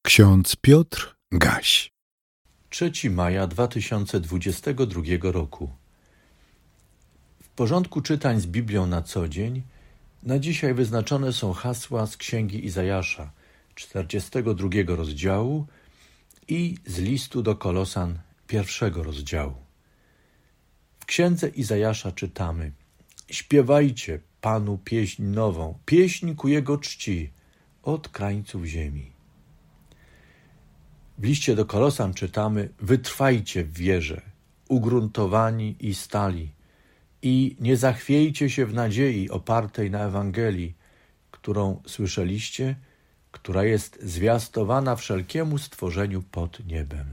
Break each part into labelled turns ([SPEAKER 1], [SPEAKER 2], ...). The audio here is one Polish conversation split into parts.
[SPEAKER 1] Ksiądz Piotr Gaś.
[SPEAKER 2] 3 maja 2022 roku. W porządku czytań z Biblią na co dzień na dzisiaj wyznaczone są hasła z Księgi Izajasza, 42 rozdziału i z listu do Kolosan, 1 rozdziału. W Księdze Izajasza czytamy: śpiewajcie Panu pieśń nową, pieśń ku Jego czci od krańców ziemi. W liście do Kolosan czytamy: wytrwajcie w wierze, ugruntowani i stali, i nie zachwiejcie się w nadziei opartej na Ewangelii, którą słyszeliście, która jest zwiastowana wszelkiemu stworzeniu pod niebem.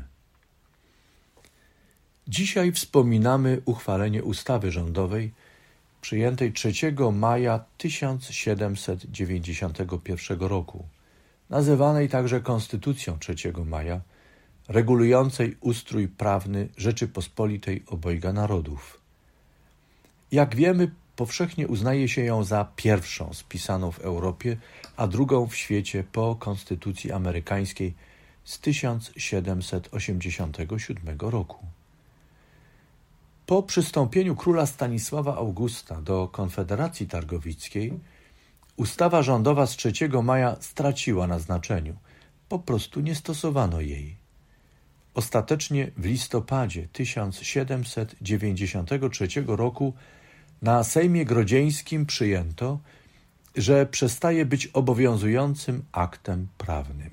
[SPEAKER 2] Dzisiaj wspominamy uchwalenie ustawy rządowej przyjętej 3 maja 1791 roku, nazywanej także Konstytucją 3 maja, regulującej ustrój prawny Rzeczypospolitej obojga narodów. Jak wiemy, powszechnie uznaje się ją za pierwszą spisaną w Europie, a drugą w świecie po Konstytucji amerykańskiej z 1787 roku. Po przystąpieniu króla Stanisława Augusta do Konfederacji Targowickiej ustawa rządowa z 3 maja straciła na znaczeniu, po prostu nie stosowano jej. Ostatecznie w listopadzie 1793 roku na Sejmie Grodzieńskim przyjęto, że przestaje być obowiązującym aktem prawnym.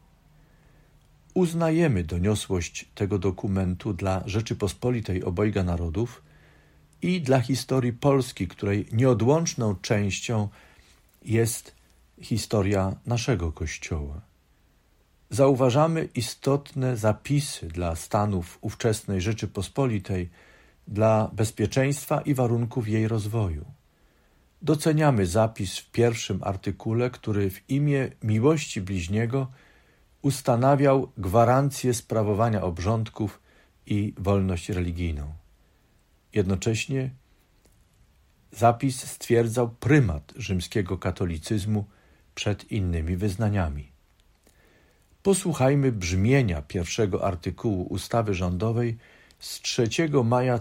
[SPEAKER 2] Uznajemy doniosłość tego dokumentu dla Rzeczypospolitej obojga narodów i dla historii Polski, której nieodłączną częścią jest historia naszego Kościoła. Zauważamy istotne zapisy dla stanów ówczesnej Rzeczypospolitej, dla bezpieczeństwa i warunków jej rozwoju. Doceniamy zapis w 1 artykule, który w imię miłości bliźniego ustanawiał gwarancję sprawowania obrządków i wolność religijną. Jednocześnie zapis stwierdzał prymat rzymskiego katolicyzmu przed innymi wyznaniami. Posłuchajmy brzmienia 1 artykułu ustawy rządowej z 3 maja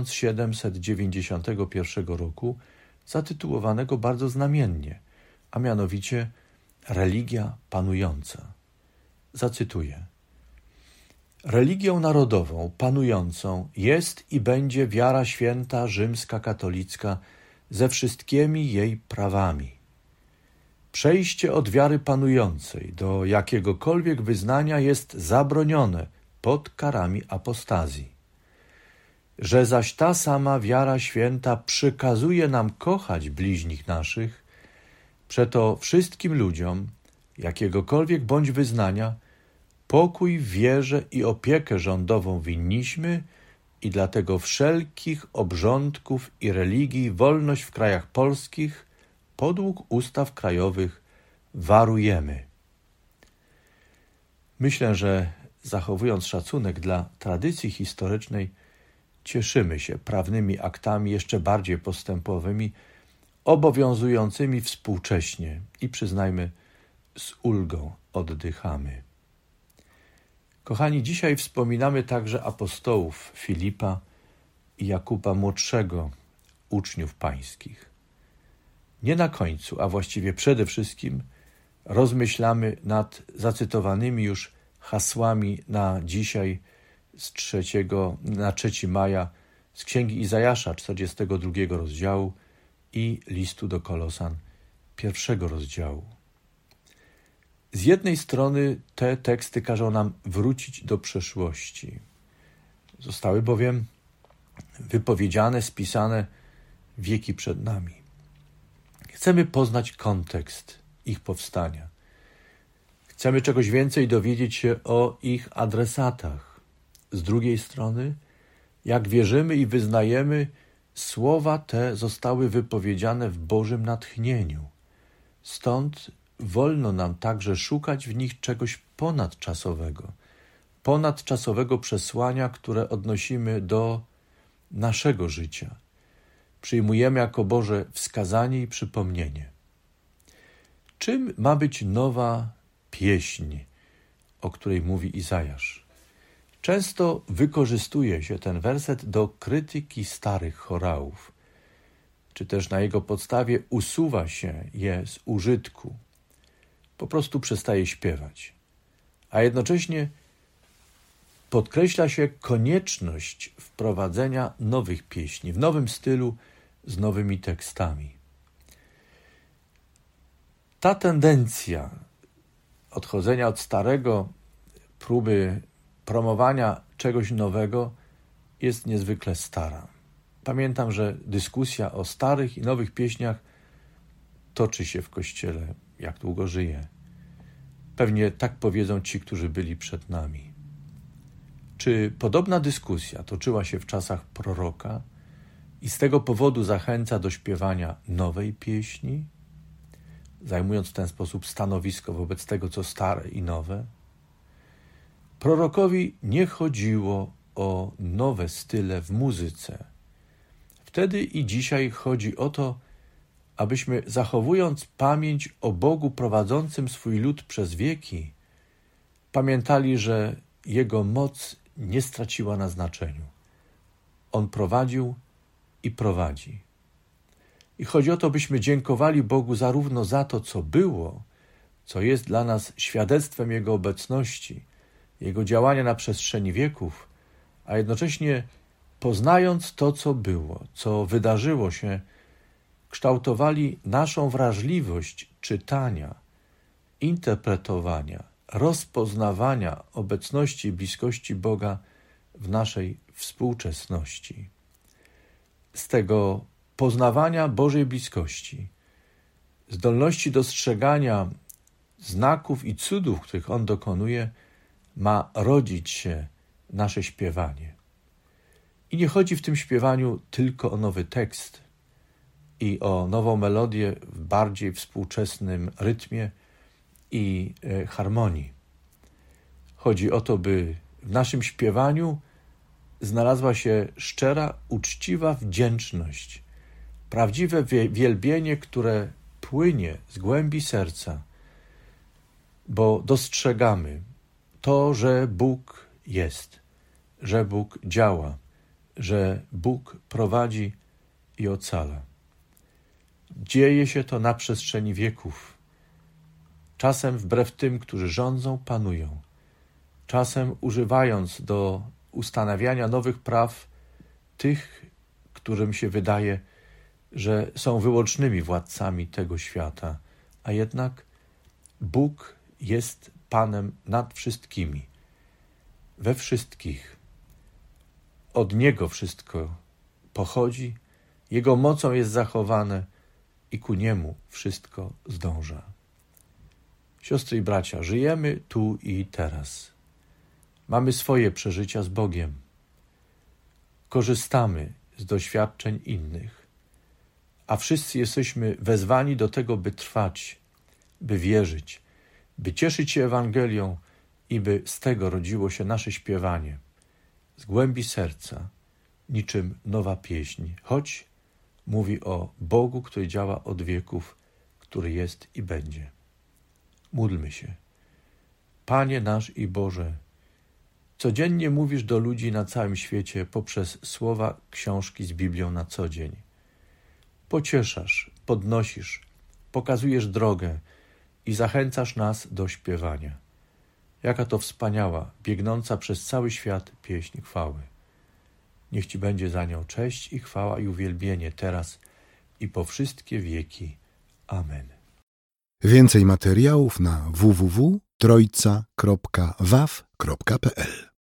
[SPEAKER 2] 1791 roku, zatytułowanego bardzo znamiennie, a mianowicie Religia panująca. Zacytuję: religią narodową panującą jest i będzie wiara święta rzymska katolicka ze wszystkimi jej prawami. Przejście od wiary panującej do jakiegokolwiek wyznania jest zabronione pod karami apostazji. Że zaś ta sama wiara święta przykazuje nam kochać bliźnich naszych, przeto wszystkim ludziom, jakiegokolwiek bądź wyznania, pokój w wierze i opiekę rządową winniśmy i dlatego wszelkich obrządków i religii wolność w krajach polskich podług ustaw krajowych warujemy. Myślę, że zachowując szacunek dla tradycji historycznej, cieszymy się prawnymi aktami jeszcze bardziej postępowymi, obowiązującymi współcześnie i przyznajmy, z ulgą oddychamy. Kochani, dzisiaj wspominamy także apostołów Filipa i Jakuba Młodszego, uczniów pańskich. Nie na końcu, a właściwie przede wszystkim rozmyślamy nad zacytowanymi już hasłami na dzisiaj na 3 maja z Księgi Izajasza, 42 rozdziału i listu do Kolosan, 1 rozdziału. Z jednej strony te teksty każą nam wrócić do przeszłości. Zostały bowiem wypowiedziane, spisane wieki przed nami. Chcemy poznać kontekst ich powstania. Chcemy czegoś więcej dowiedzieć się o ich adresatach. Z drugiej strony, jak wierzymy i wyznajemy, słowa te zostały wypowiedziane w Bożym natchnieniu. Stąd wolno nam także szukać w nich czegoś ponadczasowego przesłania, które odnosimy do naszego życia. Przyjmujemy jako Boże wskazanie i przypomnienie. Czym ma być nowa pieśń o której mówi Izajasz. Często wykorzystuje się ten werset do krytyki starych chorałów, czy też na jego podstawie usuwa się je z użytku. Po prostu przestaje śpiewać. A jednocześnie podkreśla się konieczność wprowadzenia nowych pieśni, w nowym stylu, z nowymi tekstami. Ta tendencja odchodzenia od starego, próby promowania czegoś nowego jest niezwykle stara. Pamiętam, że dyskusja o starych i nowych pieśniach toczy się w Kościele, jak długo żyje. Pewnie tak powiedzą ci, którzy byli przed nami. Czy podobna dyskusja toczyła się w czasach proroka i z tego powodu zachęca do śpiewania nowej pieśni, zajmując w ten sposób stanowisko wobec tego, co stare i nowe? Prorokowi nie chodziło o nowe style w muzyce. Wtedy i dzisiaj chodzi o to, abyśmy, zachowując pamięć o Bogu prowadzącym swój lud przez wieki, pamiętali, że Jego moc nie straciła na znaczeniu. On prowadził i prowadzi. I chodzi o to, byśmy dziękowali Bogu zarówno za to, co było, co jest dla nas świadectwem Jego obecności, Jego działania na przestrzeni wieków, a jednocześnie poznając to, co było, co wydarzyło się, kształtowali naszą wrażliwość czytania, interpretowania, rozpoznawania obecności i bliskości Boga w naszej współczesności. Z tego poznawania Bożej bliskości, zdolności dostrzegania znaków i cudów, których On dokonuje, ma rodzić się nasze śpiewanie. I nie chodzi w tym śpiewaniu tylko o nowy tekst i o nową melodię w bardziej współczesnym rytmie i harmonii. Chodzi o to, by w naszym śpiewaniu znalazła się szczera, uczciwa wdzięczność, prawdziwe wielbienie, które płynie z głębi serca, bo dostrzegamy to, że Bóg jest, że Bóg działa, że Bóg prowadzi i ocala. Dzieje się to na przestrzeni wieków, czasem wbrew tym, którzy rządzą, panują, czasem używając do ustanawiania nowych praw tych, którym się wydaje, że są wyłącznymi władcami tego świata, a jednak Bóg jest Panem nad wszystkimi, we wszystkich. Od Niego wszystko pochodzi, Jego mocą jest zachowane i ku Niemu wszystko zdąża. Siostry i bracia, żyjemy tu i teraz. Mamy swoje przeżycia z Bogiem. Korzystamy z doświadczeń innych, a wszyscy jesteśmy wezwani do tego, by trwać, by wierzyć, by cieszyć się Ewangelią i by z tego rodziło się nasze śpiewanie, z głębi serca, niczym nowa pieśń, choć mówi o Bogu, który działa od wieków, który jest i będzie. Módlmy się. Panie nasz i Boże, codziennie mówisz do ludzi na całym świecie poprzez słowa książki z Biblią na co dzień. Pocieszasz, podnosisz, pokazujesz drogę i zachęcasz nas do śpiewania. Jaka to wspaniała, biegnąca przez cały świat pieśń chwały. Niech Ci będzie za nią cześć i chwała i uwielbienie teraz i po wszystkie wieki. Amen.
[SPEAKER 1] Więcej materiałów na www.trojca.waw.pl